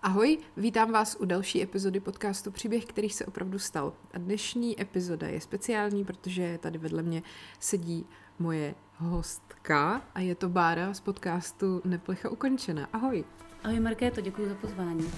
Ahoj, vítám vás u další epizody podcastu Příběh, který se opravdu stal. A dnešní epizoda je speciální, protože tady vedle mě sedí moje hostka a je to Bára z podcastu Neplecha ukončena. Ahoj. Ahoj Markéto, děkuji za pozvání.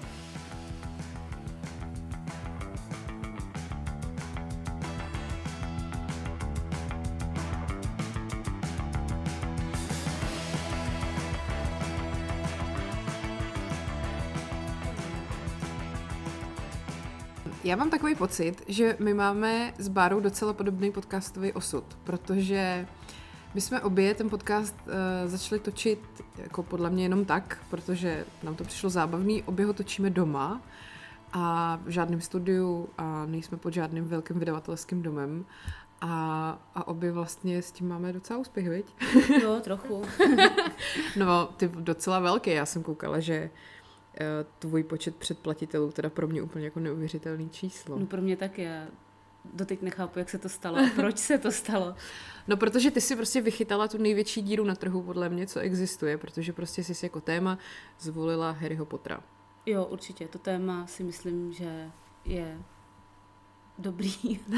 Já mám takový pocit, že my máme s Bárou docela podobný podcastový osud, protože my jsme obě ten podcast začali točit jako podle mě jenom tak, protože nám to přišlo zábavný, obě ho točíme doma a v žádném studiu a nejsme pod žádným velkým vydavatelským domem a obě vlastně s tím máme docela úspěch, viď? Jo, trochu. No, ty docela velký, já jsem koukala, že tvůj počet předplatitelů, teda pro mě úplně jako neuvěřitelný číslo. No pro mě taky, já doteď nechápu, jak se to stalo a proč se to stalo. No protože ty si prostě vychytala tu největší díru na trhu podle mě, co existuje, protože prostě jsi jako téma zvolila Harryho Pottera. Jo, určitě, to téma si myslím, že je dobrý.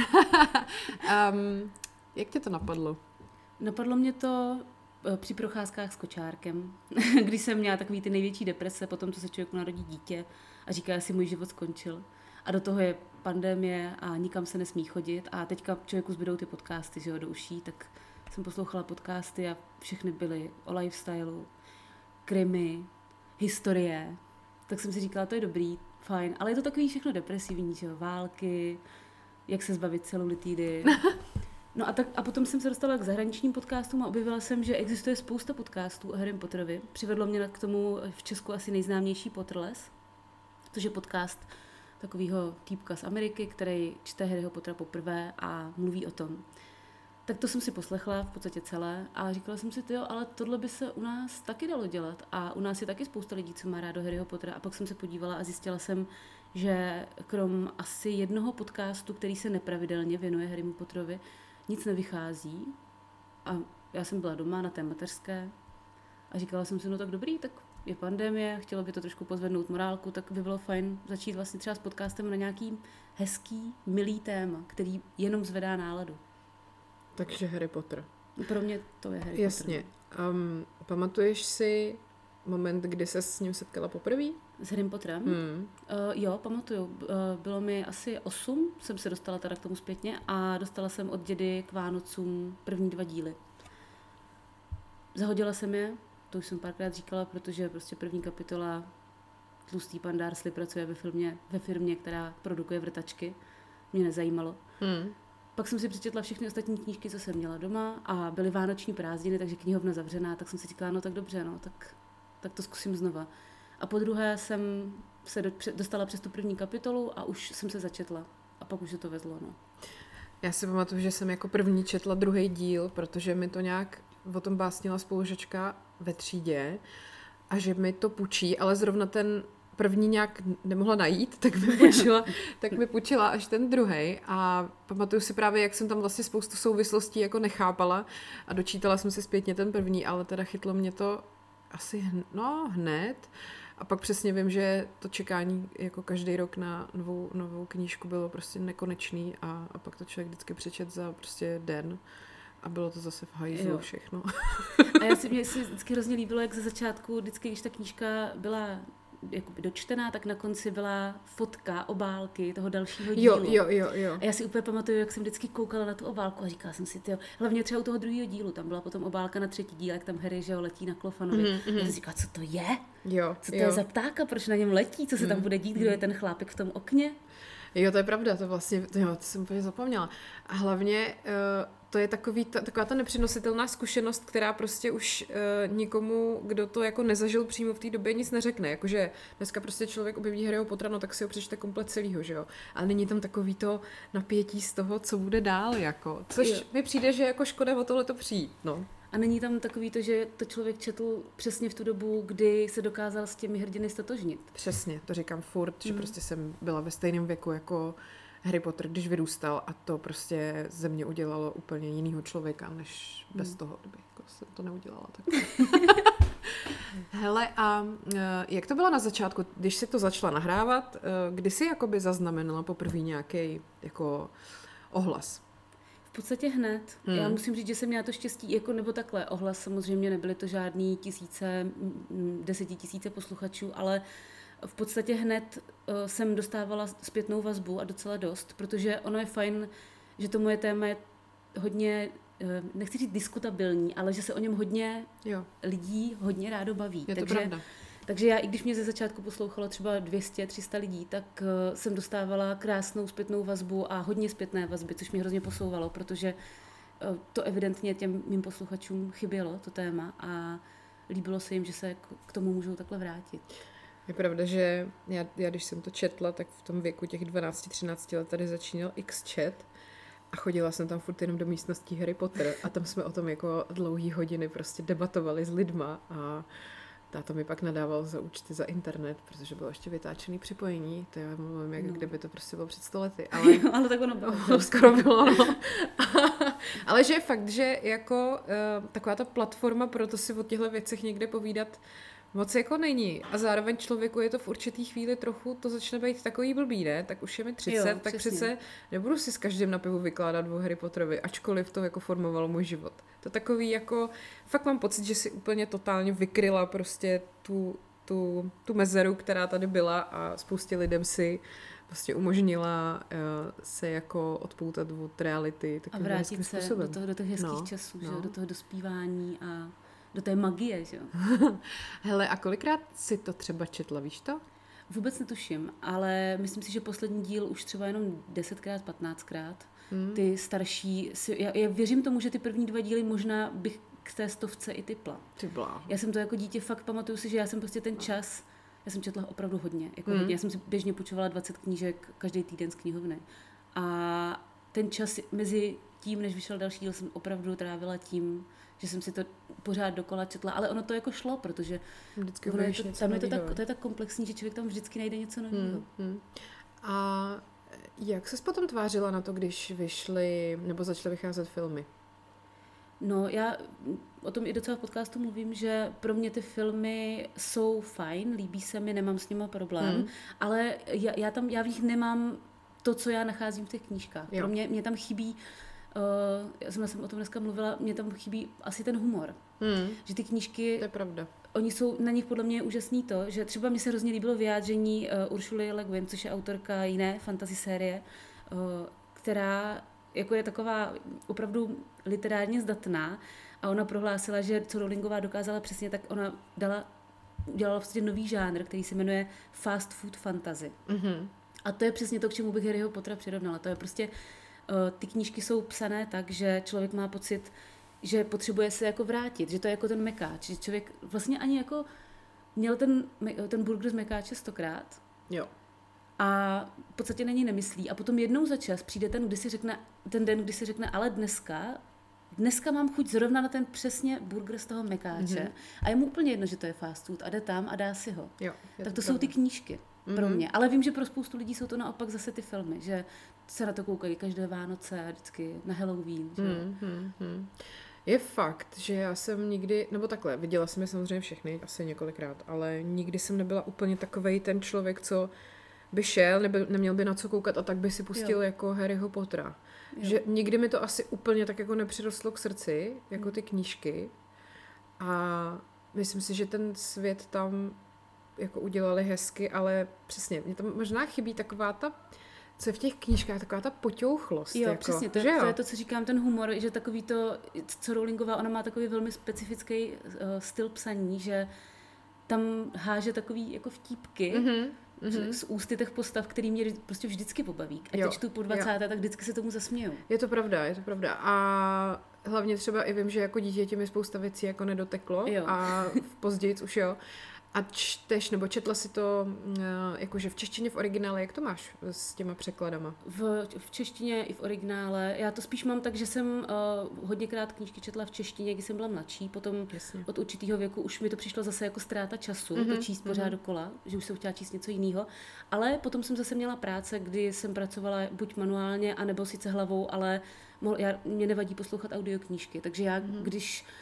Jak tě to napadlo? Napadlo mě to při procházkách s kočárkem, když jsem měla takový ty největší deprese po tom, co se člověku narodí dítě a říká, jestli můj život skončil. A do toho je pandemie a nikam se nesmí chodit a teďka člověku zbydou ty podcasty, že jo, do uší, tak jsem poslouchala podcasty a všechny byly o lifestylu, krimi, historie. Tak jsem si říkala, to je dobrý, fajn, ale je to takový všechno depresivní, že jo, války, jak se zbavit celulitidy. No a potom jsem se dostala k zahraničním podcastům a objevila jsem, že existuje spousta podcastů o Harrym Potterovi. Přivedlo mě k tomu v Česku asi nejznámější Potterless, což je podcast takového týpka z Ameriky, který čte Harryho Pottera poprvé a mluví o tom. Tak to jsem si poslechla v podstatě celé a říkala jsem si, tyjo, ale tohle by se u nás taky dalo dělat a u nás je taky spousta lidí, co má rádo Harryho Pottera a pak jsem se podívala a zjistila jsem, že krom asi jednoho podcastu, který se nepravidelně věnuje Harrymu Potterovi, nic nevychází a já jsem byla doma na té mateřské a říkala jsem si, no tak dobrý, tak je pandemie, chtělo by to trošku pozvednout morálku, tak by bylo fajn začít vlastně třeba s podcastem na nějaký hezký, milý téma, který jenom zvedá náladu. Takže Harry Potter. Pro mě to je Harry Jasně. Potter. Pamatuješ si moment, kdy se s ním setkala poprvé? S Harrym Potterem? Jo, pamatuju. Bylo mi asi 8, jsem se dostala teda k tomu zpětně a dostala jsem od dědy k Vánocům první 2 díly. Zahodila jsem je, to už jsem párkrát říkala, protože prostě první kapitola tlustý pan Dursley pracuje ve firmě, která produkuje vrtačky. Mě nezajímalo. Pak jsem si přečetla všechny ostatní knížky, co jsem měla doma a byly vánoční prázdniny, takže knihovna zavřená, tak jsem si říkala, no tak dobře, no, tak to zkusím znova. A po druhé jsem se dostala přes tu první kapitolu a už jsem se začetla. A pak už se to vezlo, no. Já si pamatuju, že jsem jako první četla 2. díl, protože mi to nějak o tom básnila spolužačka ve třídě a že mi to půjčí, ale zrovna ten první nějak nemohla najít, tak mi půjčila až ten 2. A pamatuju si právě, jak jsem tam vlastně spoustu souvislostí jako nechápala a dočítala jsem si zpětně ten 1, ale teda chytlo mě to asi hned. A pak přesně vím, že to čekání jako každý rok na novou knížku bylo prostě nekonečný a pak to člověk vždycky přečet za prostě den a bylo to zase v hajzlu všechno. A mě si vždycky hrozně líbilo, jak ze začátku vždycky, když ta knížka byla jakoby dočtená, tak na konci byla fotka obálky toho dalšího dílu. Jo. A já si úplně pamatuju, jak jsem vždycky koukala na tu obálku a říkala jsem si, tyjo, hlavně třeba u toho 2. dílu, tam byla potom obálka na 3. díl, jak tam Harry, že ho, letí na Klofanovi. A jsem si říkala, co to je? Co to je za ptáka, proč na něm letí, co se tam bude dít, kdo je ten chlápek v tom okně? Jo, to je pravda, to vlastně, to jsem úplně zapomněla. A hlavně to je taková ta nepřenositelná zkušenost, která prostě už nikomu, kdo to jako nezažil přímo v té době, nic neřekne. Jakože dneska prostě člověk objeví Harryho Pottera, no tak si ho přečte komplet celýho, že jo. Ale není tam takový to napětí z toho, co bude dál, jako. Což mi přijde, že jako škoda o tohleto přijít, no. A není tam takový to, že to člověk četl přesně v tu dobu, kdy se dokázal s těmi hrdiny stotožnit. Přesně, to říkám furt, že prostě jsem byla ve stejném věku jako Harry Potter, když vyrůstal a to prostě ze mě udělalo úplně jinýho člověka, než bez toho, kdyby jako jsem to neudělala. Tak. Hele, a jak to bylo na začátku, když jsi to začala nahrávat, kdy jsi jakoby zaznamenala poprvé nějaký jako ohlas? V podstatě hned. Já musím říct, že jsem měla to štěstí, jako nebo takhle. Ohlas samozřejmě nebyly to žádný desetitisíce posluchačů, ale v podstatě hned jsem dostávala zpětnou vazbu a docela dost, protože ono je fajn, že to moje téma je hodně, nechci říct diskutabilní, ale že se o něm hodně lidí hodně rádo baví. Je to pravda. Takže já, i když mě ze začátku poslouchalo třeba 200-300 lidí, tak jsem dostávala krásnou zpětnou vazbu a hodně zpětné vazby, což mě hrozně posouvalo, protože to evidentně těm mým posluchačům chybělo, to téma, a líbilo se jim, že se k tomu můžou takhle vrátit. Je pravda, že já když jsem to četla, tak v tom věku těch 12-13 let tady začínal X-chat a chodila jsem tam furt jenom do místností Harry Potter a tam jsme o tom jako dlouhý hodiny prostě debatovali s lidma a táta mi pak nadával za účty za internet, protože bylo ještě vytáčený připojení, to já mluvím, jak kdyby to prostě bylo před 100 lety. Ale tak ono bylo. No, skoro bylo, no. Ale že je fakt, že jako taková ta platforma pro to si o těchto věcech někde povídat moc jako není. A zároveň člověku je to v určitý chvíli trochu, to začne být takový blbý, ne? Tak už je mi 30, jo, tak přece nebudu si s každým na pivu vykládat o Harry Potterovi, ačkoliv to jako formovalo můj život. To takový jako, fakt mám pocit, že si úplně totálně vykryla prostě tu mezeru, která tady byla a spoustě lidem si prostě umožnila se jako odpoutat od reality takovým hezkým způsobem. A vrátit se do těch hezkých časů, že? Do toho dospívání a do té magie, že jo. Hele, a kolikrát si to třeba četla, víš to? Vůbec netuším, ale myslím si, že poslední díl už třeba jenom 10krát, 15krát. Ty starší, já věřím tomu, že ty první 2 díly možná bych k té 100 i typla. Já jsem to jako dítě fakt pamatuju si, že já jsem prostě ten čas, já jsem četla opravdu hodně. Jako hodně. Já jsem si běžně půjčovala 20 knížek každý týden z knihovny. A ten čas mezi tím, než vyšel další díl, jsem opravdu trávila tím, že jsem si to pořád dokola četla, ale ono to jako šlo, protože to je tak komplexní, že člověk tam vždycky najde něco nového. A jak ses potom tvářila na to, když vyšly nebo začaly vycházet filmy? No, já o tom i docela v podcastu mluvím, že pro mě ty filmy jsou fajn, líbí se mi, nemám s nima problém, ale já v nich nemám to, co já nacházím v těch knížkách. Pro mě tam chybí, já jsem o tom dneska mluvila, mě tam chybí asi ten humor. Že ty knížky, to je pravda. Oni jsou, na nich podle mě je úžasný to, že třeba mi se hrozně líbilo vyjádření Ursuly Le Guin, což je autorka jiné fantasy série, která jako je taková opravdu literárně zdatná, a ona prohlásila, že co Rowlingová dokázala přesně, tak ona udělala vlastně nový žánr, který se jmenuje fast food fantasy. A to je přesně to, k čemu bych Harryho Pottera přirovnala. To je prostě, ty knížky jsou psané tak, že člověk má pocit, že potřebuje se jako vrátit, že to je jako ten mekáč, že člověk vlastně ani jako měl ten burger z mekáče 100krát. Jo. A v podstatě na něj nemyslí. A potom jednou za čas přijde ten den, kdy si řekne, ale dneska mám chuť zrovna na ten přesně burger z toho mekáče. A je mu úplně jedno, že to je fast food a jde tam a dá si ho. Jo, tak to jsou ty knížky pro mě. Ale vím, že pro spoustu lidí jsou to naopak zase ty filmy, že se na to koukají každé Vánoce a vždycky na Halloween. Je fakt, že já jsem nikdy, nebo takhle, viděla jsem je samozřejmě všechny, asi několikrát, ale nikdy jsem nebyla úplně takovej ten člověk, co by šel, neměl by na co koukat a tak by si pustil jako Harryho Pottera. Že nikdy mi to asi úplně tak jako nepřirostlo k srdci, jako ty knížky. A myslím si, že ten svět tam jako udělali hezky, ale přesně, mě tam možná chybí taková ta, co je v těch knížkách, taková ta poťouchlost. Jo, jako, přesně, to je to, co říkám, ten humor, že takový to, co Rowlingová, ona má takový velmi specifický styl psaní, že tam háže takový jako vtípky, z ústy těch postav, který mě prostě vždycky pobaví. A teď čtu po 20. tak vždycky se tomu zasměju. Je to pravda. A hlavně třeba i vím, že jako dítěti mi spousta věcí jako nedoteklo a později už jo. A čteš, nebo četla si to jakože v češtině v originále, jak to máš s těma překladama? V češtině i v originále. Já to spíš mám tak, že jsem hodněkrát knížky četla v češtině, když jsem byla mladší, potom od určitého věku už mi to přišlo zase jako ztráta času, to číst pořád dokola, že už jsem chtěla číst něco jiného. Ale potom jsem zase měla práce, kdy jsem pracovala buď manuálně, anebo sice hlavou, ale mě nevadí poslouchat audioknížky. Takže já, když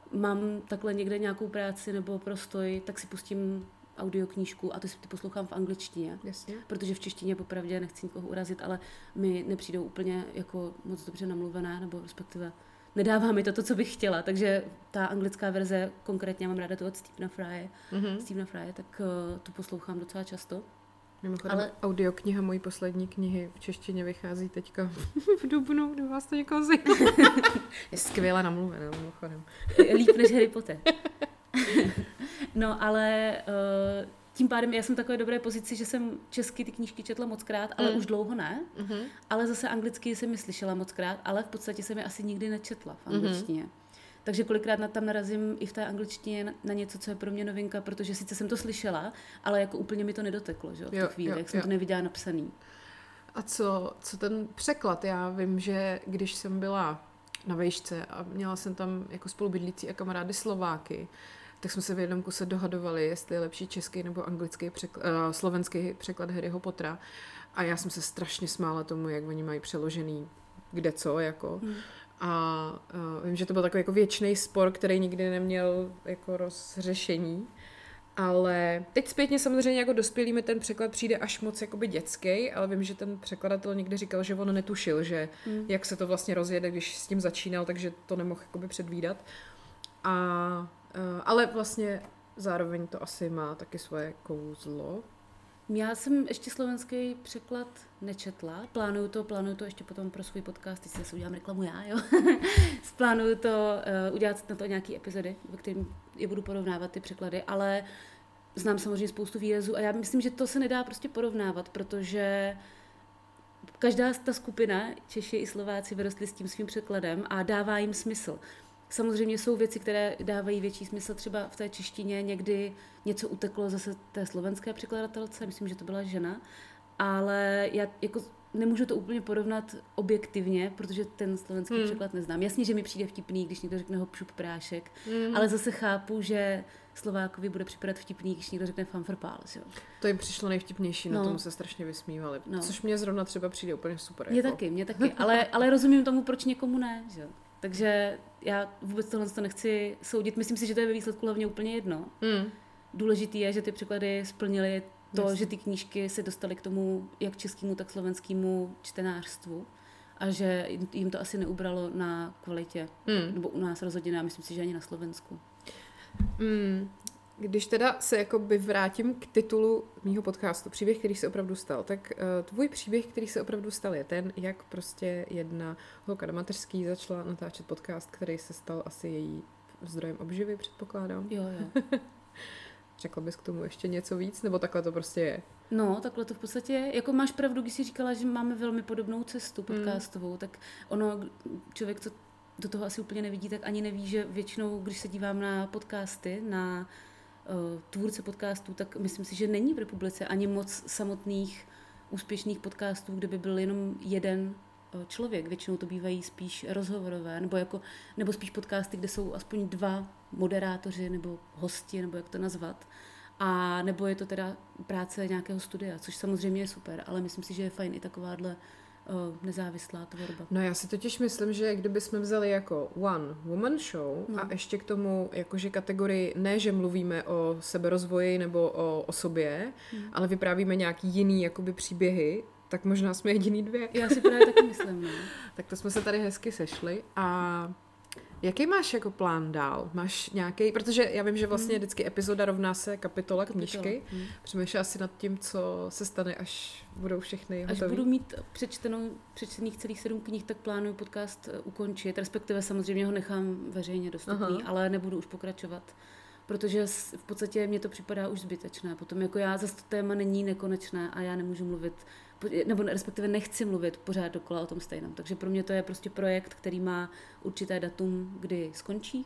mám takhle někde nějakou práci nebo prostoj, tak si pustím audioknížku a to si poslouchám v angličtině. Jasně. Protože v češtině popravdě nechci nikoho urazit, ale mi nepřijdou úplně jako moc dobře namluvená, nebo respektive nedává mi to, co bych chtěla. Takže ta anglická verze, konkrétně mám ráda to od Stephena Frye, tak tu poslouchám docela často. Mimochodem, audiokniha mojí poslední knihy v češtině vychází teďka v dubnu, kde vás to někoho zajímá. Je skvěle namluvená, mimochodem. Líp než Harry Potter. No, ale tím pádem já jsem v takové dobré pozici, že jsem česky ty knížky četla mockrát, ale už dlouho ne. Ale zase anglicky jsem je slyšela mockrát, ale v podstatě jsem je asi nikdy nečetla v angličtině. Takže kolikrát tam narazím i v té angličtině na něco, co je pro mě novinka, protože sice jsem to slyšela, ale jako úplně mi to nedoteklo, že? V tu chvíli, jak jsem to neviděla napsaný. A co ten překlad? Já vím, že když jsem byla na vejšce a měla jsem tam jako spolubydlící a kamarády Slováky, tak jsme se v jednom kuse dohadovali, jestli je lepší český nebo anglický slovenský překlad Harryho Pottera. A já jsem se strašně smála tomu, jak oni mají přeložený kde co, jako. A vím, že to byl takový jako věčný spor, který nikdy neměl jako rozřešení. Ale teď zpětně samozřejmě jako dospělý mi ten překlad přijde až moc jakoby dětský, ale vím, že ten překladatel někdy říkal, že on netušil, že jak se to vlastně rozjede, když s tím začínal, takže to nemohl jakoby předvídat. Ale vlastně zároveň to asi má taky svoje kouzlo. Já jsem ještě slovenský překlad nečetla. Plánuju to ještě potom pro svůj podcast, teď si udělám reklamu já, jo. Plánuju to udělat na to nějaký epizody, ve kterým je budu porovnávat ty překlady, ale znám samozřejmě spoustu výrazů a já myslím, že to se nedá prostě porovnávat, protože každá ta skupina, Češi i Slováci, vyrostli s tím svým překladem a dává jim smysl. Samozřejmě jsou věci, které dávají větší smysl, třeba v té češtině někdy něco uteklo zase té slovenské překladatelce, myslím, že to byla žena, ale já jako nemůžu to úplně porovnat objektivně, protože ten slovenský překlad neznám. Jasně, že mi přijde vtipný, když někdo řekne hop, šup, prášek, ale zase chápu, že Slovákovi bude připadat vtipný, když někdo řekne fanfrpál. To jim přišlo nejvtipnější, na tomu se strašně vysmívali, což mě zrovna třeba přijde úplně super. Mě taky, ale rozumím tomu, proč někomu ne, že? Takže já vůbec tohle nechci soudit. Myslím si, že to je ve výsledku hlavně úplně jedno. Důležitý je, že ty překlady splnily to, že ty knížky se dostaly k tomu jak českému, tak slovenskému čtenářstvu a že jim to asi neubralo na kvalitě. Nebo u nás rozhodně ne, myslím si, že ani na Slovensku. Když teda se jakoby vrátím k titulu mýho podcastu, příběh, který se opravdu stal, tak tvůj příběh, který se opravdu stal, je ten, jak prostě jedna holka na mateřský začala natáčet podcast, který se stal asi její zdrojem obživy, předpokládám. Jo. Řekla bys k tomu ještě něco víc, nebo takhle to prostě je? No, takhle to v podstatě je. Jako máš pravdu, když jsi říkala, že máme velmi podobnou cestu podcastovou, tak ono, člověk, co do toho asi úplně nevidí, tak ani neví, že většinou, když se dívám na podcasty, na tvůrce podcastů, tak myslím si, že není v republice ani moc samotných úspěšných podcastů, kde by byl jenom jeden člověk. Většinou to bývají spíš rozhovorové, nebo spíš podcasty, kde jsou aspoň dva moderátoři nebo hosti, nebo jak to nazvat. A nebo je to teda práce nějakého studia, což samozřejmě je super, ale myslím si, že je fajn i takováhle nezávislá tvorba. No já si totiž myslím, že kdyby jsme vzali jako one woman show a ještě k tomu jakože kategorii, ne, že mluvíme o seberozvoji nebo o sobě, ale vyprávíme nějaký jiný jakoby příběhy, tak možná jsme jediný dvě. Já si právě taky myslím, no. Tak to jsme se tady hezky sešli a jaký máš jako plán dál? Máš nějaký, protože já vím, že vlastně vždycky epizoda rovná se kapitola knížky. Přemýšlela si nad tím, co se stane, až budou všechny hotový. Až budu mít přečtených celých 7 knih, tak plánuju podcast ukončit, respektive samozřejmě ho nechám veřejně dostupný, ale nebudu už pokračovat. Protože v podstatě mně to připadá už zbytečné. Potom jako já zase to téma není nekonečné a já nemůžu mluvit, nebo respektive nechci mluvit pořád dokola o tom stejném. Takže pro mě to je prostě projekt, který má určité datum, kdy skončí.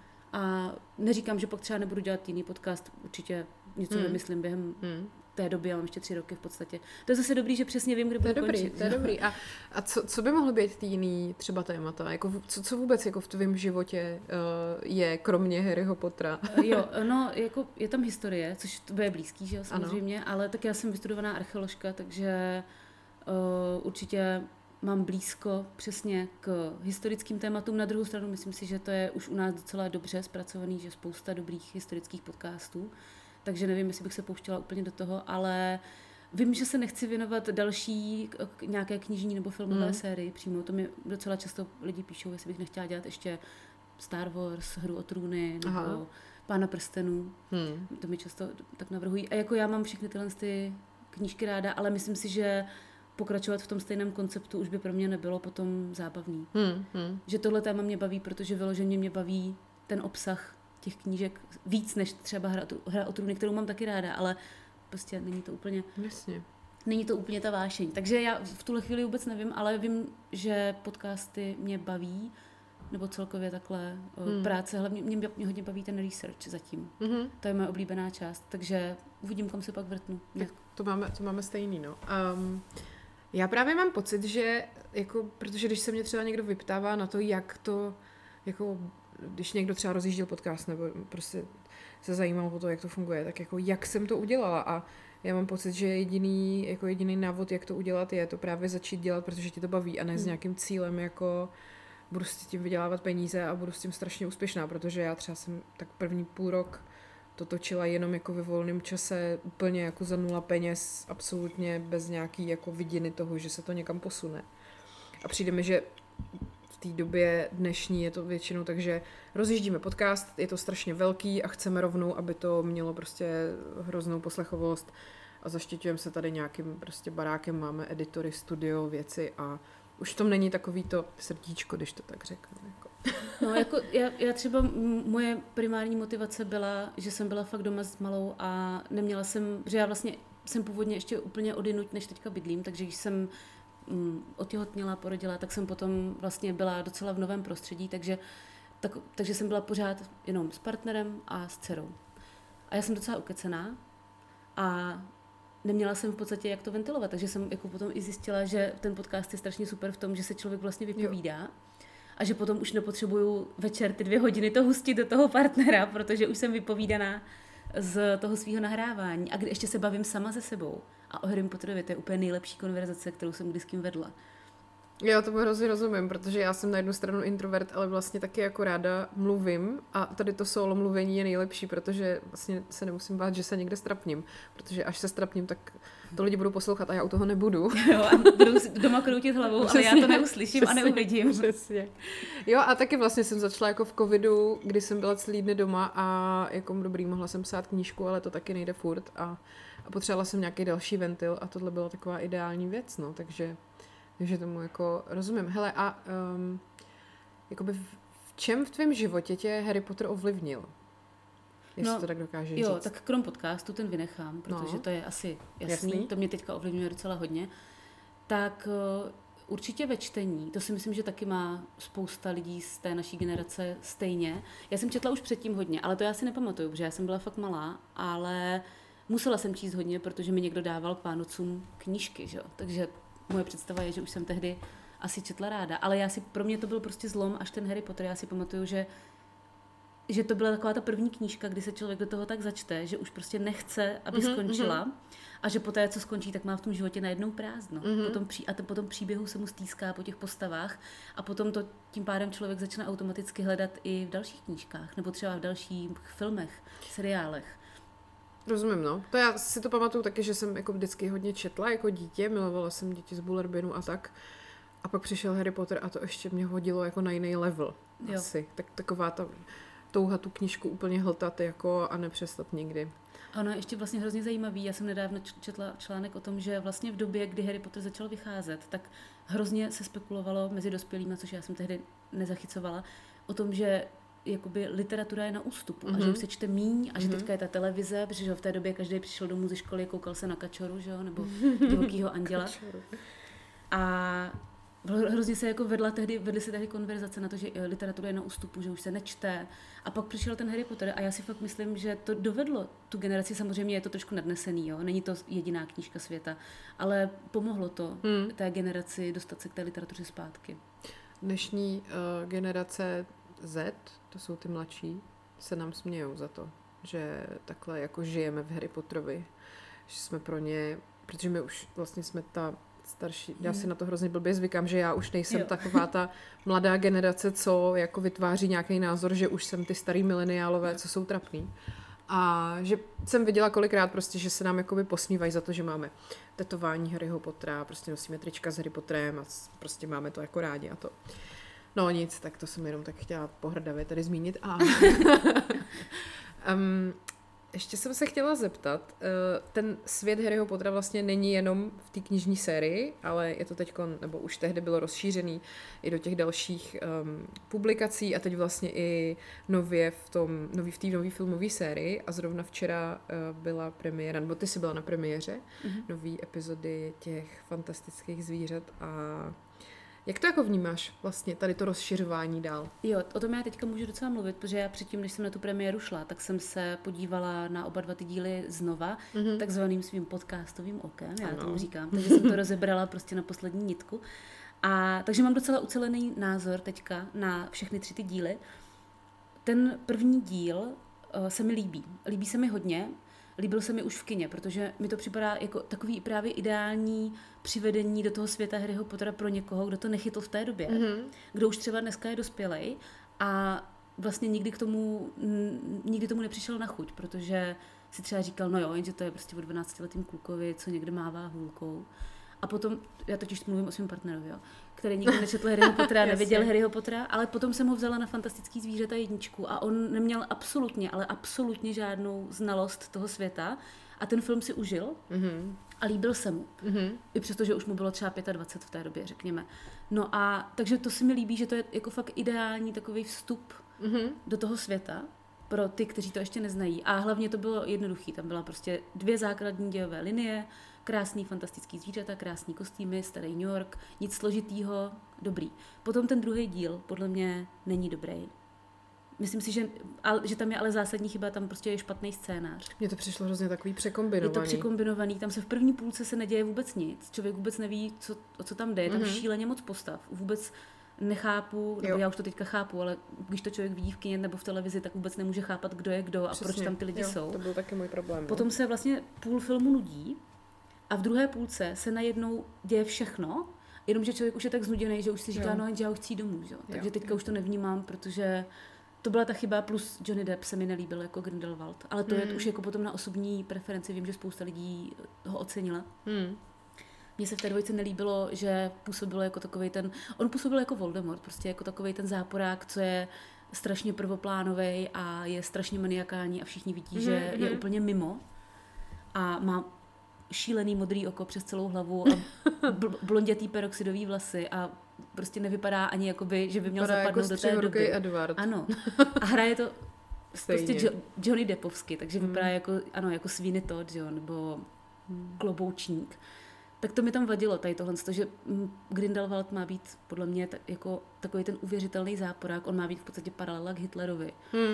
A neříkám, že pak třeba nebudu dělat jiný podcast, určitě něco vymyslím během té doby, já mám ještě 3 roky v podstatě. To je zase dobrý, že přesně vím, kdy budu končit. To je dobrý. A co by mohlo být jiný třeba témata? Jako, co vůbec jako v tvém životě je, kromě Harryho Pottera? Jo, no, jako je tam historie, což to je blízký, že jo, samozřejmě, ale tak já jsem vystudovaná archeoložka, takže určitě mám blízko přesně k historickým tématům. Na druhou stranu myslím si, že to je už u nás docela dobře zpracovaný, že spousta dobrých historických podcastů, takže nevím, jestli bych se pouštěla úplně do toho, ale vím, že se nechci věnovat další nějaké knižní nebo filmové sérii přímo. To mi docela často lidi píšou, jestli bych nechtěla dělat ještě Star Wars, Hru o trůny nebo Pána prstenů. To mi často tak navrhují. A jako já mám všechny tyhle ty knížky ráda, ale myslím si, že pokračovat v tom stejném konceptu už by pro mě nebylo potom zábavný. Že tohle téma mě baví, protože vyloženě mě baví ten obsah těch knížek víc než třeba Hra o trůny, kterou mám taky ráda, ale prostě není to úplně... Jasně. Není to úplně ta vášeň. Takže já v tuhle chvíli vůbec nevím, ale vím, že podcasty mě baví, nebo celkově takhle práce. Hlavně mě hodně baví ten research zatím. To je moje oblíbená část, takže uvidím, kam se pak vrtnu. Tak to máme stejný, no. Já právě mám pocit, že jako, protože když se mě třeba někdo vyptává na to, jak to, jako, když někdo třeba rozjížděl podcast, nebo prostě se zajímal o to, jak to funguje, tak jako, jak jsem to udělala, a já mám pocit, že jediný návod, jak to udělat, je to právě začít dělat, protože ti to baví, a ne s nějakým cílem, jako budu s tím vydělávat peníze a budu s tím strašně úspěšná, protože já třeba jsem tak první půl rok to točila jenom jako ve volném čase, úplně jako za 0 peněz, absolutně bez nějaký jako vidiny toho, že se to někam posune. A přijde mi, že v té době dnešní je to většinou tak, že rozjíždíme podcast, je to strašně velký a chceme rovnou, aby to mělo prostě hroznou poslechovost, a zaštiťujeme se tady nějakým prostě barákem, máme editory, studio, věci, a už v tom není takový to srdíčko, když to tak řeknu. Jako. No, jako já třeba, moje primární motivace byla, že jsem byla fakt doma s malou a neměla jsem, že já vlastně jsem původně ještě úplně odjinuť, než teďka bydlím, takže když jsem otěhotněla, porodila, tak jsem potom vlastně byla docela v novém prostředí, takže jsem byla pořád jenom s partnerem a s dcerou. A já jsem docela ukecená a neměla jsem v podstatě jak to ventilovat, takže jsem jako potom i zjistila, že ten podcast je strašně super v tom, že se člověk vlastně vypovídá. Jo. A že potom už nepotřebuju večer ty 2 hodiny to hustit do toho partnera, protože už jsem vypovídaná z toho svého nahrávání. A když ještě se bavím sama se sebou. A o Harry Potterovi, to je úplně nejlepší konverzace, kterou jsem kdy s kým vedla. Já tomu hrozně rozumím, protože já jsem na jednu stranu introvert, ale vlastně taky jako ráda mluvím, a tady to solo mluvení je nejlepší, protože vlastně se nemusím bát, že se někde strapním, protože až se strapním, tak to lidi budou poslouchat a já u toho nebudu. Jo, a budou doma kroutit hlavou, přesně, ale já to neuslyším přesně, a neuvidím. Přesně. Jo, a taky vlastně jsem začala jako v covidu, kdy jsem byla celý dny doma a jako dobrý, mohla jsem psát knížku, ale to taky nejde furt, a potřebovala jsem nějaký další ventil, a tohle byla taková ideální věc, no, takže tomu jako rozumím. Hele, a jakoby v čem v tvém životě tě Harry Potter ovlivnil? Jestli to tak dokážeš říct. Jo, tak krom podcastu ten vynechám, protože to je asi jasný. To mě teďka ovlivňuje docela hodně. Tak určitě ve čtení, to si myslím, že taky má spousta lidí z té naší generace stejně. Já jsem četla už předtím hodně, ale to já si nepamatuju, protože já jsem byla fakt malá, ale musela jsem číst hodně, protože mi někdo dával k Vánocům knížky, že? Takže moje představa je, že už jsem tehdy asi četla ráda, ale pro mě to byl prostě zlom až ten Harry Potter. Já si pamatuju, že to byla taková ta první knížka, kdy se člověk do toho tak začte, že už prostě nechce, aby skončila, a že poté, co skončí, tak má v tom životě najednou prázdno. Potom příběhu se mu stýská po těch postavách a potom to tím pádem člověk začne automaticky hledat i v dalších knížkách nebo třeba v dalších filmech, seriálech. Rozumím, no. To já si to pamatuju taky, že jsem jako vždycky hodně četla jako dítě, milovala jsem děti z Bullerbinu a tak. A pak přišel Harry Potter a to ještě mě hodilo jako na jiný level. Asi. Tak taková ta touha tu knížku úplně hltat jako a nepřestat nikdy. Ano, ještě vlastně hrozně zajímavý. Já jsem nedávno četla článek o tom, že vlastně v době, kdy Harry Potter začal vycházet, tak hrozně se spekulovalo mezi dospělými, což já jsem tehdy nezachycovala, o tom, že jakoby literatura je na ústupu a že už se čte míň a že teďka je ta televize, protože v té době každý přišel domů ze školy, koukal se na Kačoru, že jo, nebo Divokýho anděla. A hrozně se jako vedly se tehdy konverzace na to, že literatura je na ústupu, že už se nečte. A pak přišel ten Harry Potter a já si fakt myslím, že to dovedlo tu generaci, samozřejmě je to trošku nadnesený, jo, není to jediná knížka světa, ale pomohlo to té generaci dostat se k té literatuře zpátky. Dnešní generace Z, to jsou ty mladší, se nám smějou za to, že takhle jako žijeme v Harry Potterovi, že jsme pro ně, protože my už vlastně jsme ta starší, já si na to hrozně blbě zvykám, že já už nejsem taková ta mladá generace, co jako vytváří nějaký názor, že už jsem ty starý mileniálové, co jsou trapný. A že jsem viděla kolikrát prostě, že se nám jakoby posmívají za to, že máme tetování Harryho Pottera, prostě nosíme trička s Harry Potterem a prostě máme to jako rádi a to. No nic, tak to jsem jenom tak chtěla pohrdavě tady zmínit. A ještě jsem se chtěla zeptat, ten svět Harryho Pottera vlastně není jenom v té knižní sérii, ale je to teďko, nebo už tehdy bylo rozšířený i do těch dalších publikací a teď vlastně i nově v té nové filmové sérii a zrovna včera byla premiéra, nebo ty jsi byla na premiéře nový epizody těch fantastických zvířat a jak to jako vnímáš vlastně, tady to rozšiřování dál? Jo, o tom já teďka můžu docela mluvit, protože já předtím, než jsem na tu premiéru šla, tak jsem se podívala na oba 2 ty díly znova, takzvaným svým podcastovým okem, já tomu říkám, takže jsem to rozebrala prostě na poslední nitku. A takže mám docela ucelený názor teďka na všechny 3 ty díly. Ten první díl se mi líbí. Líbí se mi hodně. Líbil se mi už v kině, protože mi to připadá jako takový právě ideální přivedení do toho světa Harryho Pottera pro někoho, kdo to nechytl v té době, kdo už třeba dneska je dospělej a vlastně nikdy tomu nepřišel na chuť, protože si třeba říkal, no jo, jenže to je prostě o 12letým klukovi, co někde mává hůlkou. A potom, já totiž mluvím o svém partnerovi, jo, který nikdy nečetl Harryho Pottera, neviděl Harryho Pottera, ale potom jsem ho vzala na Fantastický zvířata 1 a on neměl absolutně žádnou znalost toho světa a ten film si užil a líbil se mu. I přesto, že už mu bylo třeba 25 v té době, řekněme. No a takže to si mi líbí, že to je jako fakt ideální takový vstup do toho světa pro ty, kteří to ještě neznají. A hlavně to bylo jednoduchý, tam byla prostě 2 základní dějové linie, krásný fantastický zvířata, krásný kostýmy, starý New York, nic složitýho, dobrý. Potom ten druhý díl podle mě není dobrý. Myslím si, že tam je ale zásadní chyba, tam prostě je špatný scénář. Mně to přišlo hrozně takový překombinovaný. Je to překombinovaný, tam se v první půlce se neděje vůbec nic, člověk vůbec neví, o co tam jde, je tam šíleně moc postav, vůbec nechápu, nebo já už to teďka chápu, ale když to člověk vidí v kině nebo v televizi, tak vůbec nemůže chápat, kdo je kdo a přesně, proč tam ty lidi jsou. To byl taky můj problém. Potom se vlastně půl filmu nudí a v druhé půlce se najednou děje všechno, jenomže člověk už je tak znuděný, že už si říká, no já už chci domů, jo. Takže teďka už to nevnímám, protože to byla ta chyba, plus Johnny Depp se mi nelíbil jako Grindelwald, ale to je už jako potom na osobní preferenci, vím, že spousta lidí ho ocenila. Mně se v té dvojce nelíbilo, že působil jako takovej on působil jako Voldemort, prostě jako takovej ten záporák, co je strašně prvoplánovej a je strašně maniakální a všichni vidí, že je úplně mimo a má šílený modrý oko přes celou hlavu a blondětý peroxidový vlasy a prostě nevypadá ani jakoby, že by měl zapadnout jako do té doby. Edward. Ano. A hraje to prostě Johnny Deppovsky, takže vypadá jako Sweeney Todd, jo, nebo Kloboučník. Tak to mi tam vadilo, tady tohle, že Grindelwald má být podle mě jako takový ten uvěřitelný záporák, on má být v podstatě paralela k Hitlerovi.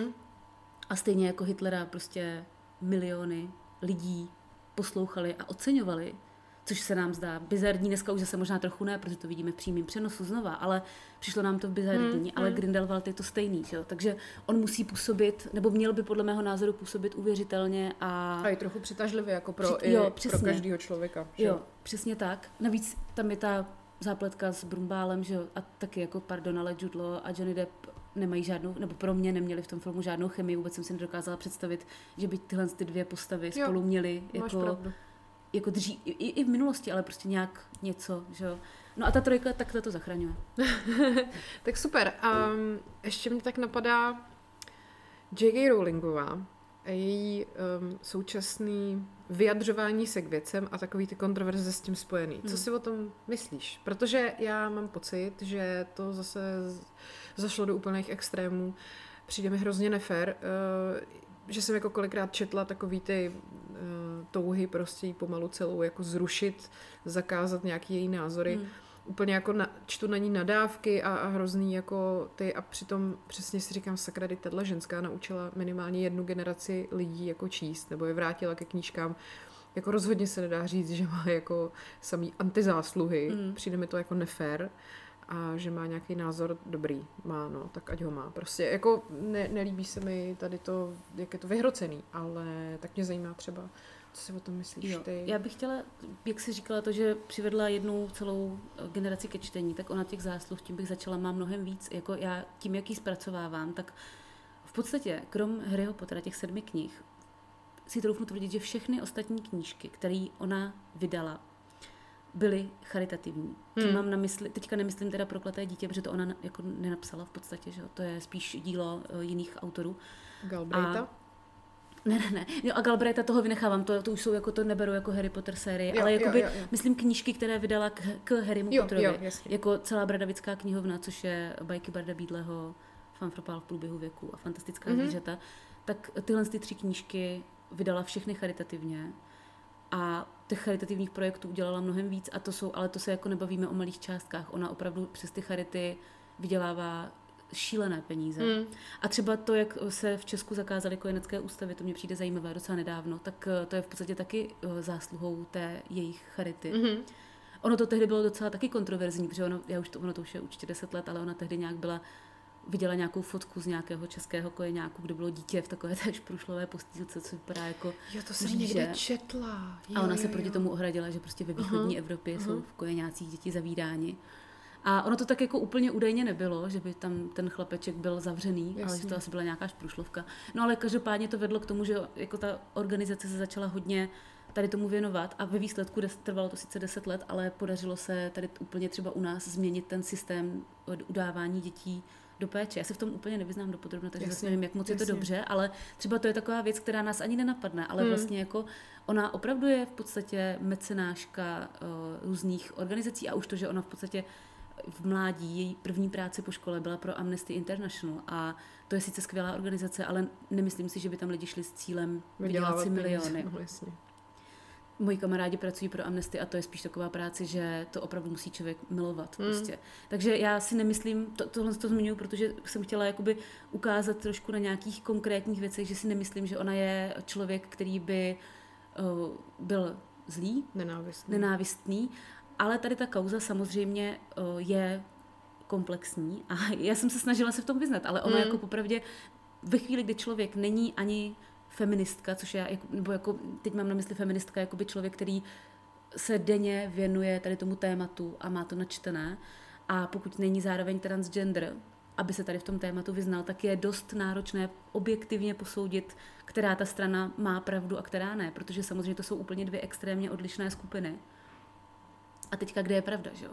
A stejně jako Hitlera prostě miliony lidí poslouchali a oceňovali, což se nám zdá bizarní, dneska už zase možná trochu ne, protože to vidíme v přímém přenosu znova, ale přišlo nám to bizarní, ale Grindelwald je to stejný, že? Takže on musí působit, nebo měl by podle mého názoru působit uvěřitelně a i trochu přitažlivě, jako pro každého člověka. Že? Jo, přesně tak. Navíc tam je ta zápletka s Brumbálem, že? A taky jako, ale Jude Law a Johnny Depp nemají žádnou, nebo pro mě neměli v tom filmu žádnou chemii, vůbec jsem si nedokázala představit, že by tyhle ty 2 postavy spolu měly jako dřív, i v minulosti, ale prostě nějak něco, že jo. No a ta 3 takhle to zachraňuje. Tak super. Ještě mě tak napadá J.K. Rowlingová a její současný vyjadřování se k věcem a takový ty kontroverze s tím spojený. Co si o tom myslíš? Protože já mám pocit, že to zase zašlo do úplných extrémů. Přijde mi hrozně nefér, že jsem jako kolikrát četla takový ty touhy prostě jí pomalu celou jako zrušit, zakázat nějaký její názory. Úplně jako čtu na ní nadávky a hrozný jako ty a přitom přesně si říkám, sakra, tato ženská naučila minimálně 1 generaci lidí jako číst, nebo je vrátila ke knížkám. Jako rozhodně se nedá říct, že má jako samý antizásluhy. Přijde mi to jako nefér a že má nějaký názor dobrý. Má, no, tak ať ho má. Prostě jako nelíbí se mi tady to, jak je to vyhrocený, ale tak mě zajímá třeba Co si o tom myslíš ty? Já bych chtěla, jak jsi říkala to, že přivedla jednu celou generaci ke čtení, tak ona těch zásluh, tím bych začala, má mnohem víc. Jako já tím, jak ji zpracovávám, tak v podstatě, krom Harryho Pottera, těch 7 knih, si troufnu tvrdit, že všechny ostatní knížky, které ona vydala, byly charitativní. Tím mám na mysli, teďka nemyslím teda Prokleté dítě, protože to ona jako nenapsala v podstatě, že? To je spíš dílo jiných autorů. Galbraitha? Ne. Jo, a Galbraitha toho vynechávám, to už jsou jako, to neberu jako Harry Potter série, ale jakoby myslím knížky, které vydala k Harrymu Potterovi. Jako celá Bradavická knihovna, což je bajky Barda Bídleho, Fanfropál v průběhu věku a Fantastická zvířata, tak tyhle 3 knížky vydala všechny charitativně a těch charitativních projektů udělala mnohem víc ale to se jako nebavíme o malých částkách. Ona opravdu přes ty charity vydělává šílené peníze. A třeba to, jak se v Česku zakázaly kojenecké ústavy, to mně přijde zajímavé docela nedávno, tak to je v podstatě taky zásluhou té jejich charity. Ono to tehdy bylo docela taky kontroverzní, protože ono to už je určitě 10 let, ale ona tehdy nějak viděla nějakou fotku z nějakého českého kojeňáku, kde bylo dítě v takové té šprušlové postýlce, co vypadá jako to jsem někde četla. A ona se proti tomu ohradila, že prostě ve východní Evropě jsou v kojeňácích děti zavíráni. A ono to tak jako úplně údajně nebylo, že by tam ten chlapeček byl zavřený, ale že to asi byla nějaká šprušlovka. No ale každopádně to vedlo k tomu, že jako ta organizace se začala hodně tady tomu věnovat a ve výsledku trvalo to sice 10 let, ale podařilo se tady úplně třeba u nás změnit ten systém udávání dětí do péče. Já se v tom úplně nevyznám dopodrobna, takže vlastně nevím, jak moc je to dobře, ale třeba to je taková věc, která nás ani nenapadne, ale vlastně jako ona opravdu je v podstatě mecenáška různých organizací a už to, že ona v podstatě v mládí, její první práce po škole byla pro Amnesty International a to je sice skvělá organizace, ale nemyslím si, že by tam lidi šli s cílem vydělat si miliony. Moji kamarádi pracují pro Amnesty a to je spíš taková práce, že to opravdu musí člověk milovat. Prostě. Takže já si nemyslím, tohle to zmiňuji, protože jsem chtěla jakoby ukázat trošku na nějakých konkrétních věcech, že si nemyslím, že ona je člověk, který by byl zlý, nenávistný, ale tady ta kauza samozřejmě je komplexní a já jsem se snažila se v tom vyznat, ale ona jako popravdě ve chvíli, kdy člověk není ani feministka, což já, nebo jako teď mám na mysli feministka, jakoby člověk, který se denně věnuje tady tomu tématu a má to načtené a pokud není zároveň transgender, aby se tady v tom tématu vyznal, tak je dost náročné objektivně posoudit, která ta strana má pravdu a která ne, protože samozřejmě to jsou úplně 2 extrémně odlišné skupiny. A teďka, kde je pravda, že jo?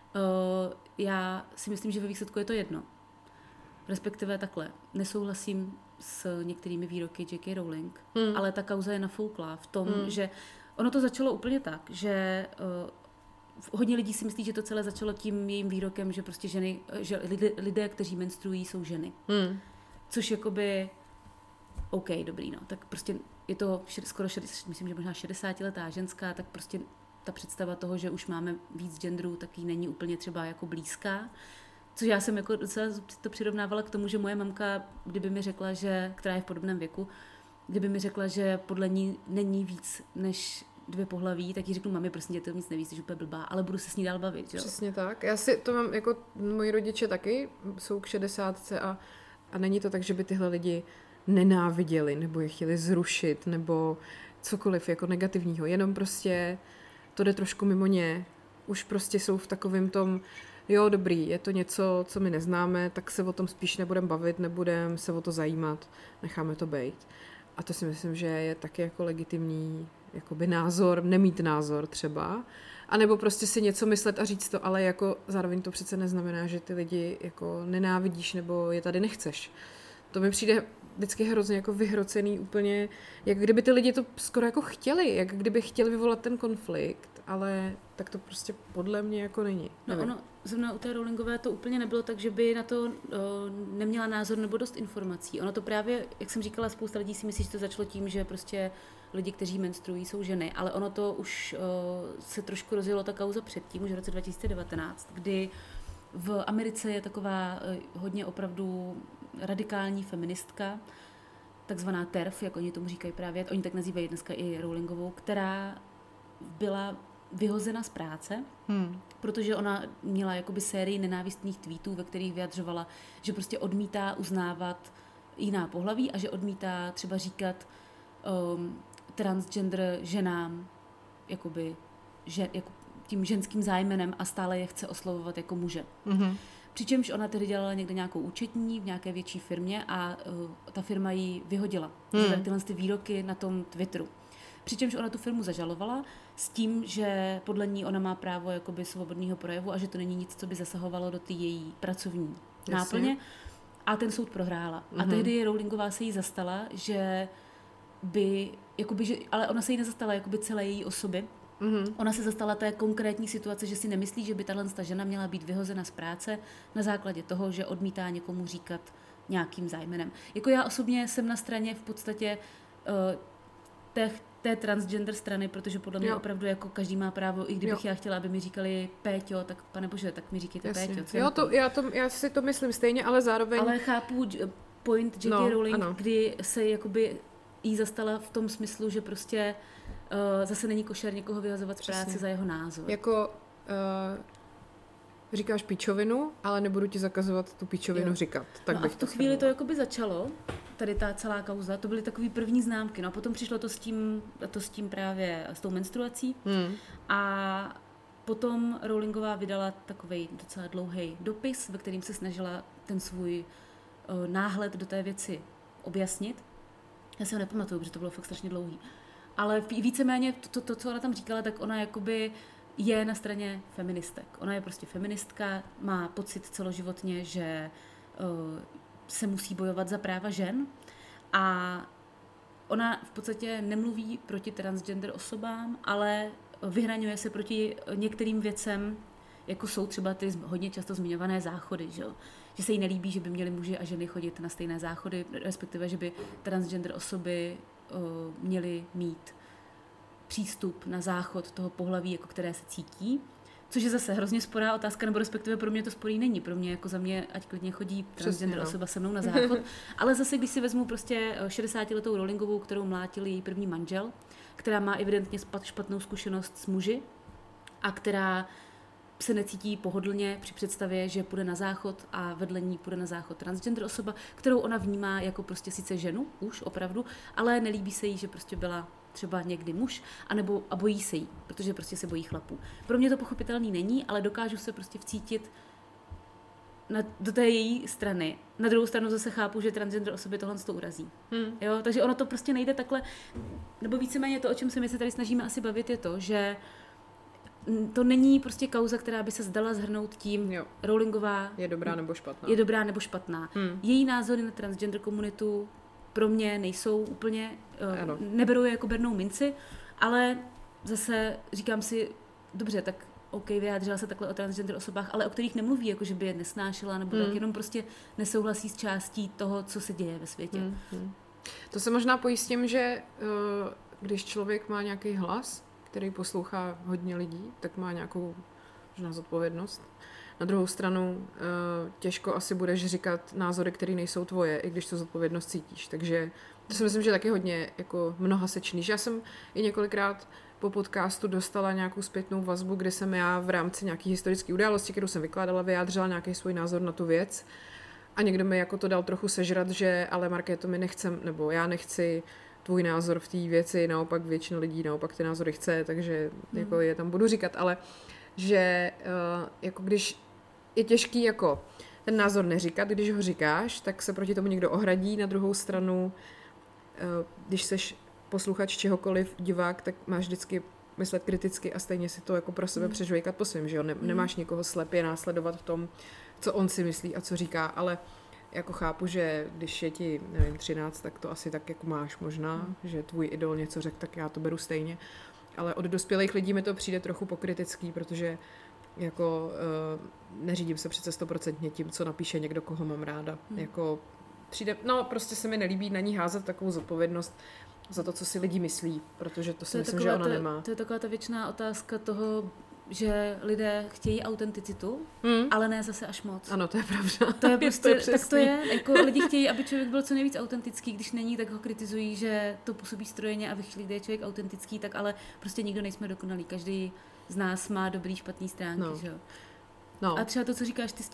Já si myslím, že ve výsledku je to jedno. Respektive takhle. Nesouhlasím s některými výroky J.K. Rowling, ale ta kauza je nafouklá v tom, že ono to začalo úplně tak, že hodně lidí si myslí, že to celé začalo tím jejím výrokem, že prostě ženy, že lidé, kteří menstruují, jsou ženy. Což jakoby OK, dobrý, no. Tak prostě je to skoro, myslím, že možná 60letá ženská, tak prostě ta představa toho, že už máme víc genderů, tak jí není úplně třeba jako blízká. Což já jsem jako docela to přirovnávala k tomu, že moje mamka, kdyby mi řekla, že, která je v podobném věku, kdyby mi řekla, že podle ní není víc než 2 pohlaví, tak jí řeknu, mami, prostě tě to nic nevíš, jsi úplně blbá, ale budu se s ní dál bavit. Jo? Přesně tak. Já si to mám, jako moji rodiče taky jsou k 60 a není to tak, že by tyhle lidi nenáviděli, nebo je chtěli zrušit, nebo cokoliv jako negativního, jenom prostě to jde trošku mimo ně. Už prostě jsou v takovém tom, jo, dobrý, je to něco, co my neznáme, tak se o tom spíš nebudeme bavit, nebudeme se o to zajímat, necháme to bejt. A to si myslím, že je taky jako legitimní jakoby názor, nemít názor třeba, anebo prostě si něco myslet a říct to, ale jako zároveň to přece neznamená, že ty lidi jako nenávidíš nebo je tady nechceš. To mi přijde vždycky hrozně jako vyhrocený úplně, jak kdyby ty lidi to skoro jako chtěli, jak kdyby chtěli vyvolat ten konflikt, ale tak to prostě podle mě jako není. No ono, zrovna u té Rowlingové to úplně nebylo tak, že by na to neměla názor nebo dost informací. Ono to právě, jak jsem říkala, spousta lidí si myslí, že to začalo tím, že prostě lidi, kteří menstruují, jsou ženy, ale ono to už se trošku rozjelo ta kauza předtím, už v roce 2019, kdy v Americe je taková hodně opravdu radikální feministka, takzvaná TERF, jak oni tomu říkají právě, oni tak nazývají dneska i Rowlingovou, která byla vyhozena z práce, protože ona měla jakoby sérii nenávistných tweetů, ve kterých vyjadřovala, že prostě odmítá uznávat jiná pohlaví a že odmítá třeba říkat transgender ženám jakoby, jako tím ženským zájmenem a stále je chce oslovovat jako muže. Přičemž ona tedy dělala někde nějakou účetní v nějaké větší firmě a ta firma ji vyhodila. Tyhle ty výroky na tom Twitteru. Přičemž ona tu firmu zažalovala s tím, že podle ní ona má právo jakoby svobodného projevu a že to není nic, co by zasahovalo do té její pracovní náplně. A ten soud prohrála. A tehdy Rowlingová se jí zastala, že by, jakoby, že, ale ona se jí nezastala jakoby celé její osoby. Ona se zastala té konkrétní situace, že si nemyslí, že by tato žena měla být vyhozena z práce na základě toho, že odmítá někomu říkat nějakým zájmenem. Jako já osobně jsem na straně v podstatě té transgender strany, protože podle mě opravdu jako každý má právo, i kdybych já chtěla, aby mi říkali Péťo, tak pane bože, tak mi říkejte Péťo. Já si to myslím stejně, ale zároveň... Ale chápu point J.K. Rowling, kdy se jakoby jí zastala v tom smyslu, že prostě zase není košer někoho vyhazovat z práce za jeho názor. Jako říkáš píčovinu, ale nebudu ti zakazovat tu píčovinu říkat. Tak no a v tu chvíli to jakoby začalo, tady ta celá kauza, to byly takový první známky, no a potom přišlo to s tím právě, s tou menstruací a potom Rowlingová vydala takovej docela dlouhý dopis, ve kterým se snažila ten svůj náhled do té věci objasnit. Já si ho nepamatuju, protože to bylo fakt strašně dlouhý. Ale víceméně to, co ona tam říkala, tak ona jakoby je na straně feministek. Ona je prostě feministka, má pocit celoživotně, že se musí bojovat za práva žen a ona v podstatě nemluví proti transgender osobám, ale vyhraňuje se proti některým věcem, jako jsou třeba ty hodně často zmiňované záchody, že se jí nelíbí, že by měli muži a ženy chodit na stejné záchody, respektive, že by transgender osoby měly mít přístup na záchod toho pohlaví, jako které se cítí, což je zase hrozně sporná otázka, nebo respektive pro mě to sporný není. Pro mě jako za mě, ať klidně chodí transgender osoba se mnou na záchod, ale zase, když si vezmu prostě 60letou Rowlingovou, kterou mlátil její první manžel, která má evidentně špatnou zkušenost s muži a která se necítí pohodlně při představě, že půjde na záchod a vedle ní půjde na záchod transgender osoba, kterou ona vnímá jako prostě sice ženu, už opravdu, ale nelíbí se jí, že prostě byla třeba někdy muž, a bojí se jí, protože prostě se bojí chlapů. Pro mě to pochopitelný není, ale dokážu se prostě vcítit do té její strany. Na druhou stranu zase chápu, že transgender osoby tohle to urazí. Jo? Takže ono to prostě nejde takhle, nebo víceméně to, o čem se my se tady snažíme asi bavit, je to, že to není prostě kauza, která by se zdala shrnout tím, Rowlingová je dobrá nebo špatná. Je dobrá nebo špatná. Její názory na transgender komunitu pro mě nejsou úplně, neberu je jako bernou minci, ale zase říkám si, dobře, tak OK, vyjádřila se takhle o transgender osobách, ale o kterých nemluví, jako že by je nesnášela, nebo tak jenom prostě nesouhlasí s částí toho, co se děje ve světě. To se možná pojí s tím, že když člověk má nějaký hlas, který poslouchá hodně lidí, tak má nějakou možná zodpovědnost. Na druhou stranu těžko asi budeš říkat názory, které nejsou tvoje, i když tu zodpovědnost cítíš. Takže to si myslím, že taky hodně jako mnohasečný. Že já jsem i několikrát po podcastu dostala nějakou zpětnou vazbu, kde jsem já v rámci nějaký historické události, kterou jsem vykládala, vyjádřila nějaký svůj názor na tu věc. A někdo mi jako to dal trochu sežrat, že ale Markéto, my nechcem, nebo já nechci tvůj názor v té věci, naopak většina lidí naopak ty názory chce, takže jako je tam budu říkat, ale že jako když je těžký jako ten názor neříkat, když ho říkáš, tak se proti tomu někdo ohradí, na druhou stranu, když seš posluchač čehokoliv, divák, tak máš vždycky myslet kriticky a stejně si to jako pro sebe přežvejkat po svém, že jo, nemáš někoho slepě následovat v tom, co on si myslí a co říká, ale jako chápu, že když je ti, nevím, 13, tak to asi tak jako máš možná, že tvůj idol něco řekl, tak já to beru stejně. Ale od dospělých lidí mi to přijde trochu pokrytecký, protože jako neřídím se přece 100% tím, co napíše někdo, koho mám ráda. Jako přijde, prostě se mi nelíbí na ní házet takovou zodpovědnost za to, co si lidi myslí, protože to si myslím, že ona nemá. To je taková ta věčná otázka toho, že lidé chtějí autenticitu, ale ne zase až moc. Ano, to je pravda. To je prostě, tak to je, jako lidi chtějí, aby člověk byl co nejvíc autentický, když není, tak ho kritizují, že to působí strojeně a ve chvíli, kdy je člověk autentický, tak ale prostě nikdo nejsme dokonalí. Každý z nás má dobrý, špatný stránky, že jo. No. A třeba to, co říkáš ty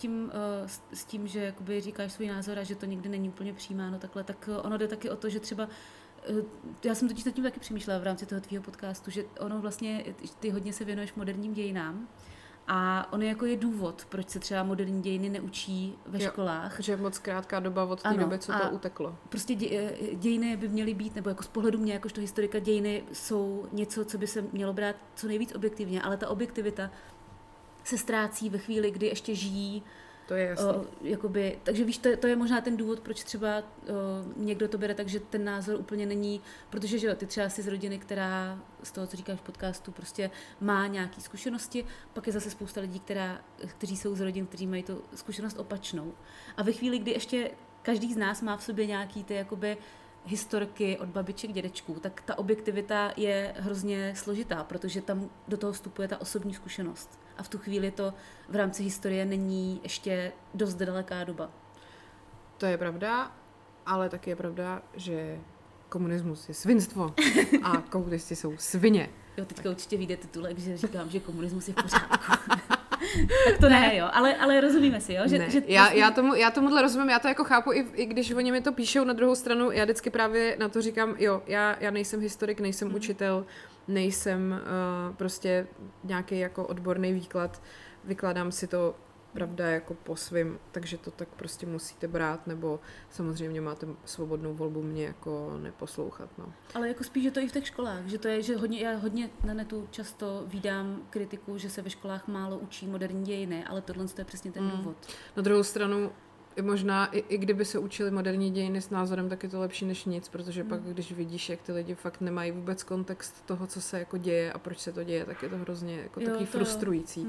s tím, že jakoby říkáš svůj názor a že to nikdy není úplně přijímáno takhle, tak ono jde taky o to, že třeba Já jsem totiž nad tím taky přemýšlela v rámci toho tvýho podcastu, že ono vlastně, ty hodně se věnuješ moderním dějinám a on jako je důvod, proč se třeba moderní dějiny neučí ve školách. Že je moc krátká doba od té doby, co to uteklo. Prostě dějiny by měly být, nebo jako z pohledu mě, jakožto historika, dějiny jsou něco, co by se mělo brát co nejvíc objektivně, ale ta objektivita se ztrácí ve chvíli, kdy ještě žijí. To je jasný. Jakoby, takže víš, to je možná ten důvod, proč třeba někdo to bere tak, že ten názor úplně není, protože že ty třeba jsi z rodiny, která z toho, co říkáš v podcastu, prostě má nějaké zkušenosti, pak je zase spousta lidí, kteří jsou z rodin, kteří mají tu zkušenost opačnou. A ve chvíli, kdy ještě každý z nás má v sobě nějaký ty jakoby historky od babiček, dědečků, tak ta objektivita je hrozně složitá, protože tam do toho vstupuje ta osobní zkušenost. A v tu chvíli to v rámci historie není ještě dost daleká doba. To je pravda, ale taky je pravda, že komunismus je svinstvo a komunisti jsou svině. Jo, teďka určitě vyjde titulek, že říkám, že komunismus je v pořádku. Tak to ne, jo, ale rozumíme si, jo? Že já tomuhle rozumím, já to jako chápu, i když oni mi to píšou na druhou stranu, já vždycky právě na to říkám, jo, já nejsem historik, nejsem učitel, nejsem prostě nějaký jako odborný výklad, vykládám si to, pravda, jako po svým, takže to tak prostě musíte brát, nebo samozřejmě máte svobodnou volbu mě jako neposlouchat, no. Ale jako spíš, že to i v těch školách, že to je, že já hodně na netu často vídám kritiku, že se ve školách málo učí moderní dějiny, ale tohle je přesně ten důvod. Na druhou stranu, možná i kdyby se učili moderní dějiny s názorem, tak je to lepší než nic, protože pak, když vidíš, jak ty lidi fakt nemají vůbec kontext toho, co se jako děje a proč se to děje, tak je to hrozně jako takový frustrující.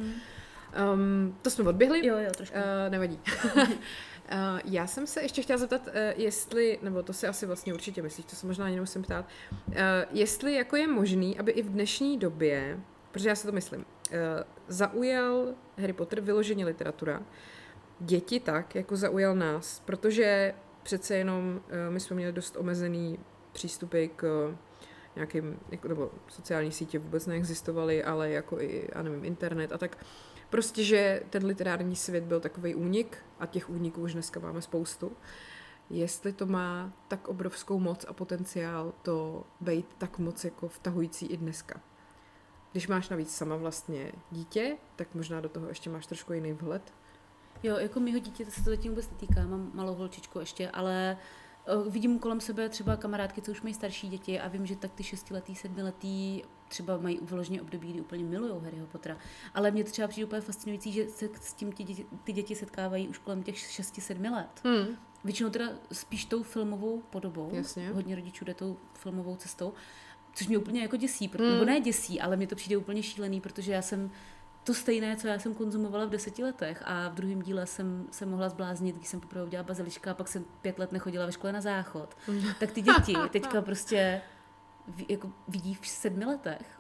To jsme odběhli? Jo, trošku. Nevadí. Já jsem se ještě chtěla zeptat, jestli, nebo to si asi vlastně určitě myslíš, to se možná ani nemusím ptát, jestli jako je možný, aby i v dnešní době, protože já si to myslím, zaujal Harry Potter vyloženě literatura, děti tak, jako zaujal nás, protože přece jenom my jsme měli dost omezený přístupy k nějakým, jako, nebo sociální sítě vůbec neexistovaly, ale jako i, já nevím, internet a tak. Prostě, že ten literární svět byl takovej únik a těch úniků už dneska máme spoustu. Jestli to má tak obrovskou moc a potenciál to být tak moc jako vtahující i dneska. Když máš navíc sama vlastně dítě, tak možná do toho ještě máš trošku jiný vhled. Jo, jako mýho dítě se to zatím vůbec netýká, mám malou holčičku ještě, ale vidím kolem sebe třeba kamarádky, co už mají starší děti a vím, že tak ty 6letý, 7letý třeba mají vyloženě období, kdy úplně milujou Harryho Pottera. Ale mě to třeba přijde úplně fascinující, že se s tím ty děti setkávají už kolem těch 6-7 let. Většinou teda spíš tou filmovou podobou. Jasně. Hodně rodičů jde tou filmovou cestou, což mě úplně jako děsí, nebo ne děsí, ale mě to přijde úplně šílený, protože já jsem to stejné, co já jsem konzumovala v 10 letech a v druhém díle jsem se mohla zbláznit, když jsem poprvé udělala baziliška a pak jsem 5 let nechodila ve škole na záchod. Tak ty děti teďka prostě jako vidí v 7 letech.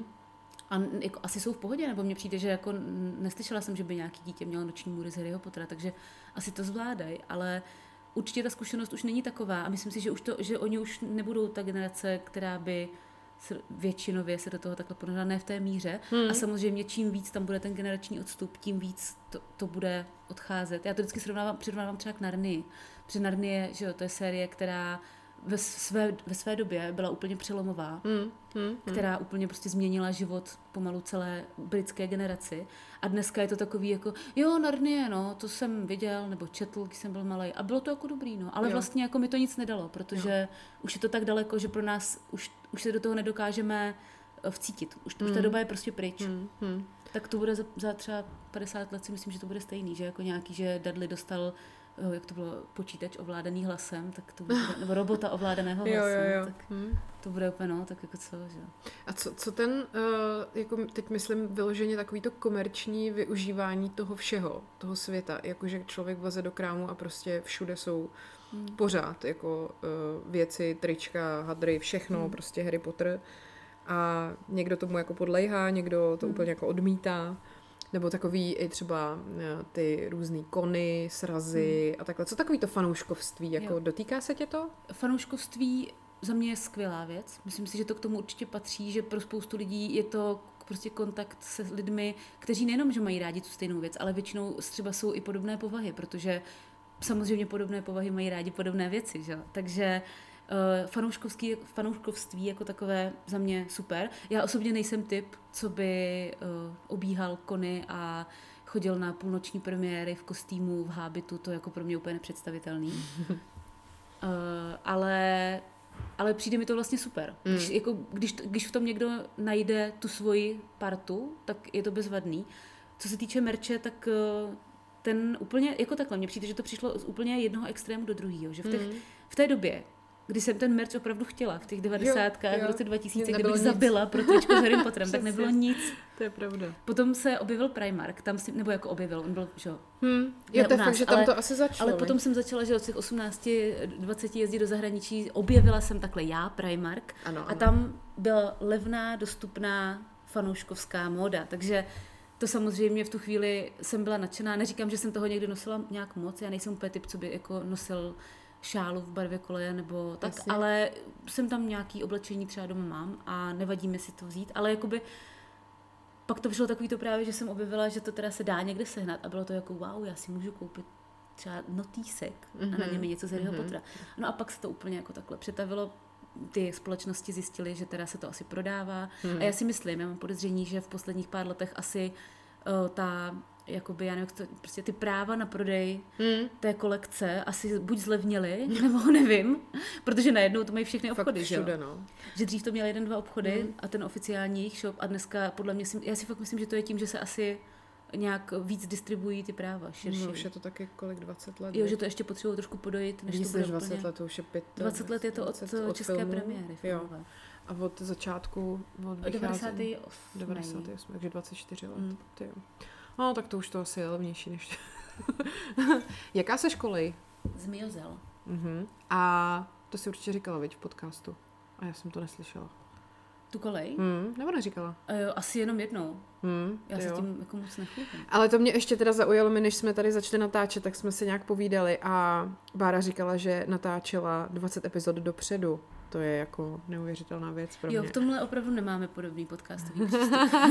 A jako asi jsou v pohodě, nebo mně přijde, že jako neslyšela jsem, že by nějaký dítě mělo noční můry z Harryho Pottera, takže asi to zvládají, ale určitě ta zkušenost už není taková a myslím si, že oni už nebudou ta generace, která by většinově se do toho takhle ponořila, ne v té míře. A samozřejmě čím víc tam bude ten generační odstup, tím víc to bude odcházet. Já to vždycky přirovnávám třeba k Narnii. Protože Narnie, že jo, to je série, která ve své době byla úplně přelomová, která úplně prostě změnila život pomalu celé britské generaci. A dneska je to takový jako, jo, Narnie, no, to jsem viděl, nebo četl, když jsem byl malej. A bylo to jako dobrý, no. Ale vlastně jako mi to nic nedalo, protože už je to tak daleko, že pro nás už se do toho nedokážeme vcítit. Už ta doba je prostě pryč. Tak to bude za třeba 50 let si myslím, že to bude stejný, že jako nějaký, že Dudley dostal jak to bylo, počítač ovládaný hlasem, tak to bude, nebo robota ovládaného hlasem, jo. Tak to bude úplně, no, tak jako co, že. A co ten, jako teď myslím vyloženě takový to komerční využívání toho všeho, toho světa, jakože člověk vleze do krámu a prostě všude jsou pořád, jako věci, trička, hadry, všechno, prostě Harry Potter a někdo tomu jako podléhá, někdo to úplně jako odmítá. Nebo takový i třeba ty různý kony, srazy a takhle. Co takový to fanouškovství? Jako dotýká se tě to? Fanouškovství za mě je skvělá věc. Myslím si, že to k tomu určitě patří, že pro spoustu lidí je to prostě kontakt se lidmi, kteří nejenom, že mají rádi tu stejnou věc, ale většinou třeba jsou i podobné povahy, protože samozřejmě podobné povahy mají rádi podobné věci, že? Takže fanouškovství jako takové za mě super. Já osobně nejsem typ, co by obíhal kony a chodil na půlnoční premiéry v kostýmu, v hábitu, to jako pro mě úplně nepředstavitelný. Ale přijde mi to vlastně super. Když v tom někdo najde tu svoji partu, tak je to bezvadný. Co se týče merče, tak ten úplně, jako takhle, mně přijde, že to přišlo z úplně jednoho extrému do druhého. Že v té době, kdy jsem ten merch opravdu chtěla, v těch 90kách, v roce 2000, kdybych zabila pro tričko s Harrym Potterem, tak nebylo nic. To je pravda. Potom se objevil Primark, tam si, nebo jako objevil, on byl, že Jo, to je fakt, že tam to asi začalo. Ale potom jsem začala, že od těch 18-20 jezdit do zahraničí, objevila jsem takhle já, Primark, a tam byla levná, dostupná fanouškovská móda, takže to samozřejmě v tu chvíli jsem byla nadšená. Neříkám, že jsem toho někdy nosila nějak moc, já nejsem úplně typ, co by jako nosil šálu v barvě koleje nebo tak, ale jsem tam nějaký oblečení třeba doma mám a nevadí mi si to vzít, ale jakoby pak to přišlo takový to právě, že jsem objevila, že to teda se dá někde sehnat a bylo to jako wow, já si můžu koupit třeba notýsek a na něm je něco z Harryho Pottera. No a pak se to úplně jako takhle přetavilo, ty společnosti zjistily, že teda se to asi prodává a já si myslím, já mám podezření, že v posledních pár letech asi jakoby, já nevím, prostě ty práva na prodej té kolekce asi buď zlevnily, nebo nevím, protože najednou to mají všechny obchody, že jo? Že dřív to měly 1-2 obchody a ten oficiální jejich shop a dneska podle mě, já si fakt myslím, že to je tím, že se asi nějak víc distribuují ty práva širší. No už je to taky kolik, 20 let? Jo, že to ještě potřebují trošku podojit, než to bude 20 úplně. let, to už je 20 let je to od české filmu, premiéry. Jo. A od začátku, od 98, takže 24 let. Tyjo. No, tak to už to asi je levnější než... Jaká se školy? Z Miozel. A to si určitě říkala, viď, v podcastu. A já jsem to neslyšela. Tu kolej? Nebo neříkala? Asi jenom jednou. Já se tím jako moc nechlubím. Ale to mě ještě teda zaujalo, než jsme tady začali natáčet, tak jsme se nějak povídali a Bára říkala, že natáčela 20 epizod dopředu. To je jako neuvěřitelná věc pro mě. Jo, v tomhle opravdu nemáme podobný podcastový přístup.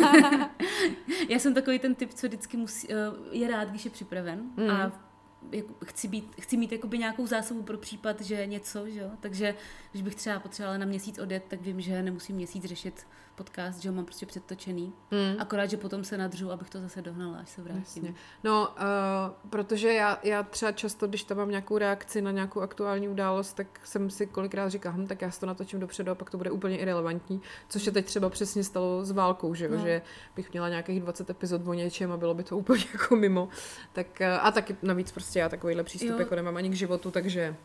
Já jsem takový ten typ, co vždycky je rád, když je připraven a jako chci mít jakoby nějakou zásobu pro případ, že něco, že jo? Takže když bych třeba potřebovala na měsíc odjet, tak vím, že nemusím měsíc řešit podcast, že ho mám prostě předtočený. Akorát, že potom se nadřu, abych to zase dohnala, až se vrátím. Jasně. No, protože já třeba často, když tam mám nějakou reakci na nějakou aktuální událost, tak jsem si kolikrát říkala, tak já si to natočím dopředu a pak to bude úplně irelevantní, což se teď třeba přesně stalo s válkou, že jo? Že bych měla nějakých 20 epizod o něčem a bylo by to úplně jako mimo. Tak, a taky navíc prostě já takovýhle přístup jako nemám ani k životu, takže...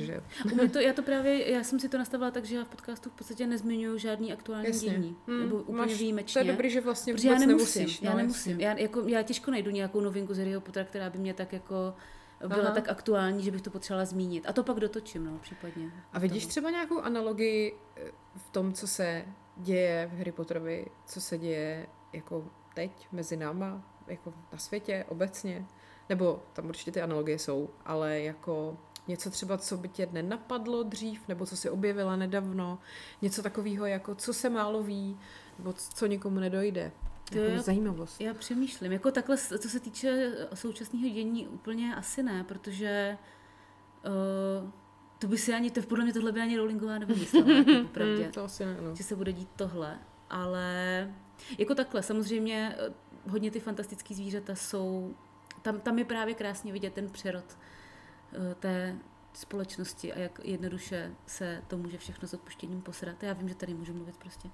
Já jsem si to nastavila tak, že já v podcastu v podstatě nezmiňuju žádný aktuální dění. Nebo úplně výjimečně. To je dobrý, že vlastně vůbec nemusím. Já nemusím. Já těžko najdu nějakou novinku z Harryho Pottera, která by mě tak jako byla tak aktuální, že bych to potřebovala zmínit. A to pak dotočím, případně. A vidíš třeba nějakou analogii v tom, co se děje v Harry Potterovi, co se děje jako teď mezi náma, jako na světě obecně? Nebo tam určitě ty analogie jsou, ale jako něco třeba, co by tě nenapadlo dřív, nebo co jsi objevila nedávno, něco takového, jako co se málo ví, nebo co nikomu nedojde. Jako zajímavost. Já přemýšlím. Jako takhle, co se týče současného dění, úplně asi ne, protože to by si ani, podle mě tohle by ani Rowlingová nevymyslela, jako popravdě. To asi ne, no. Že se bude dít tohle, ale jako takhle, samozřejmě hodně ty fantastické zvířata jsou, tam je právě krásně vidět ten přerod té společnosti a jak jednoduše se to může všechno s odpuštěním posrat. Já vím, že tady můžu mluvit prostě.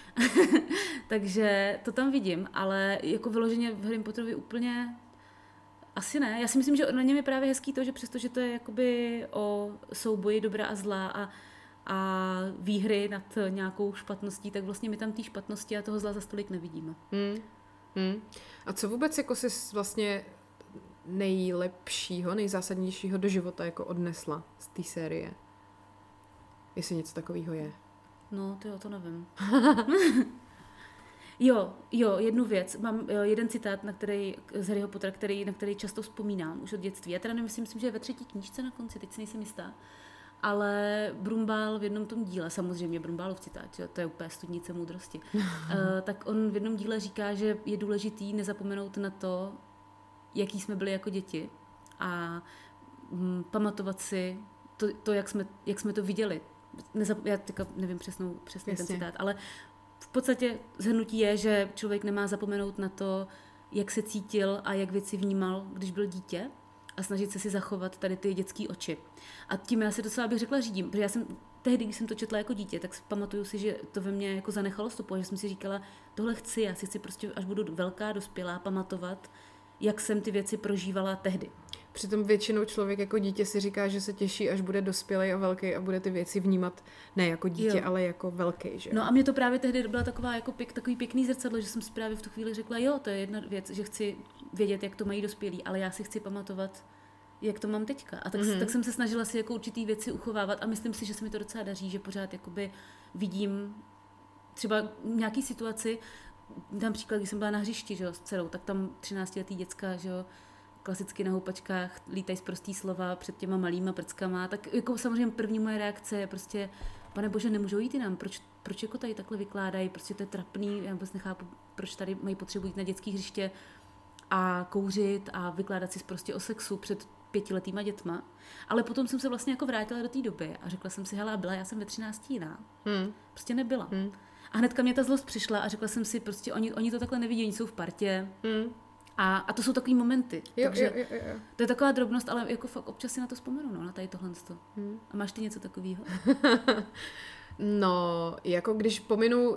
Takže to tam vidím, ale jako vyloženě v Harry Potterovi úplně asi ne. Já si myslím, že na něm je právě hezký to, že přestože to je jakoby o souboji dobra a zla a výhry nad nějakou špatností, tak vlastně my tam té špatnosti a toho zla za stolik nevidíme. A co vůbec jako jsi vlastně nejlepšího, nejzásadnějšího do života jako odnesla z té série? Jestli něco takového je. No, to nevím. Jo, jednu věc. Mám jeden citát, z Harryho Pottera, na který často vzpomínám už od dětství. Já teda nemyslím, že je ve 3. knížce na konci, teď si nejsem jistá. Ale Brumbál v jednom tom díle, samozřejmě Brumbálův citát, že? To je úplně studnice moudrosti, tak on v jednom díle říká, že je důležitý nezapomenout na to, jaký jsme byli jako děti a pamatovat si to jak jsme to viděli, já teďka nevím přesný ten citát, ale v podstatě shrnutí je, že člověk nemá zapomenout na to, jak se cítil a jak věci vnímal, když byl dítě, a snažit se si zachovat tady ty dětský oči. A tím já si docela bych řekla řídím, protože já jsem tehdy, když jsem to četla jako dítě, tak pamatuju si, že to ve mně jako zanechalo stopu, že jsem si říkala, tohle chci, já si chci prostě, až budu velká, dospělá, pamatovat, jak jsem ty věci prožívala tehdy. Přitom většinou člověk jako dítě si říká, že se těší, až bude dospělej a velký a bude ty věci vnímat ne jako dítě, ale jako velký, že? No a mě to právě tehdy byla taková jako takový pěkný zrcadlo, že jsem si právě v tu chvíli řekla, jo, to je jedna věc, že chci vědět, jak to mají dospělí, ale já si chci pamatovat, jak to mám teďka. A tak jsem se snažila si jako určitý věci uchovávat a myslím si, že se mi to docela daří, že pořád jakoby vidím třeba nějaký situaci, dám příklad, když jsem byla na hřišti, že jo, s dcerou, tak tam 13letý děcka, že jo, klasicky na houpačkách lítají sprostý slova před těma malýma prckama, tak jako samozřejmě první moje reakce je prostě, pane bože, nemůžou jít jinam, proč jako tady takhle vykládají, prostě to je trapný, já vůbec nechápu, proč tady mají potřebu jít na dětský hřiště a kouřit a vykládat si prostě o sexu před 5letýma dětma. Ale potom jsem se vlastně jako vrátila do té doby a řekla jsem si, hele, byla já jsem ve 13 jiná. Prostě nebyla. A hnedka mě ta zlost přišla a řekla jsem si, prostě oni to takhle nevidí, oni jsou v partě. A to jsou takový momenty. Takže to je taková drobnost, ale jako fakt občas si na to vzpomenu, no, na tady tohle. A máš ty něco takového? No, jako když pominu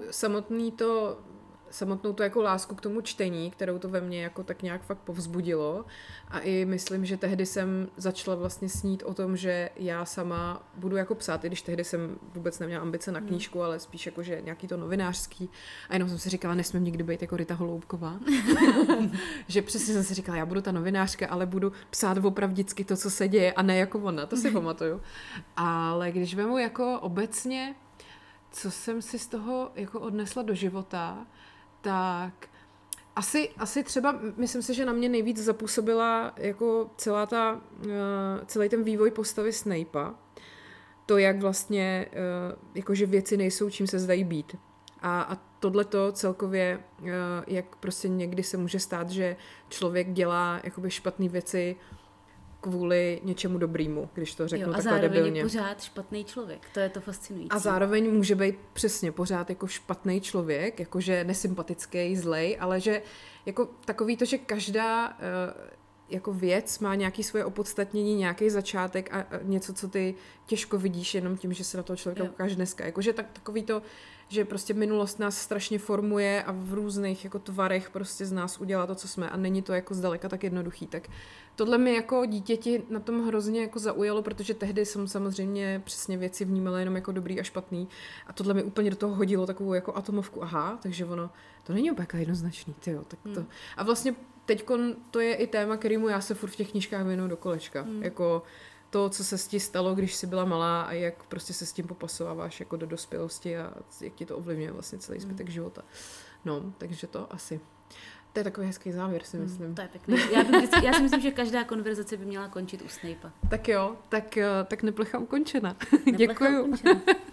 samotnou to jako lásku k tomu čtení, kterou to ve mně jako tak nějak fakt povzbudilo. A i myslím, že tehdy jsem začala vlastně snít o tom, že já sama budu jako psát, i když tehdy jsem vůbec neměla ambice na knížku, ale spíš jako, že nějaký to novinářský. A jenom jsem si říkala, nesmím nikdy být jako Rita Holoubková. Že přesně jsem si říkala, já budu ta novinářka, ale budu psát opravdicky to, co se děje, a ne jako ona, to si pamatuju. Ale když vemu jako obecně, co jsem si z toho jako odnesla do života, tak asi třeba, myslím si, že na mě nejvíc zapůsobila jako celý ten vývoj postavy Snape'a. To, jak vlastně, jakože věci nejsou, čím se zdají být. A tohleto celkově, jak prostě někdy se může stát, že člověk dělá jakoby špatné věci kvůli něčemu dobrýmu, když to řeknu takhle debilně. A zároveň je pořád špatný člověk, to je to fascinující. A zároveň může být přesně pořád jako špatný člověk, jakože nesympatický, zlej, ale že jako takový to, že každá jako věc má nějaký svoje opodstatnění, nějaký začátek a něco, co ty těžko vidíš jenom tím, že se na toho člověka koukáš dneska. Jakože takový to, že prostě minulost nás strašně formuje a v různých jako tvarech prostě z nás udělá to, co jsme, a není to jako zdaleka tak jednoduchý. Tak tohle mi jako dítěti na tom hrozně jako zaujalo, protože tehdy jsem samozřejmě přesně věci vnímala jenom jako dobrý a špatný, a tohle mi úplně do toho hodilo takovou jako atomovku. Aha, takže ono, to není úplně jednoznačný, tyjo, tak to. A vlastně teďkon to je i téma, kterému já se furt v těch knížkách věnuju do kolečka. Jako to, co se s ti stalo, když jsi byla malá, a jak prostě se s tím popasováváš jako do dospělosti a jak ti to ovlivňuje vlastně celý zbytek života. No, takže to asi. To je takový hezký závěr, si myslím. To je pěkný. Já si myslím, že každá konverzace by měla končit u Snape'a. Tak jo, tak neplecha ukončena. Děkuju.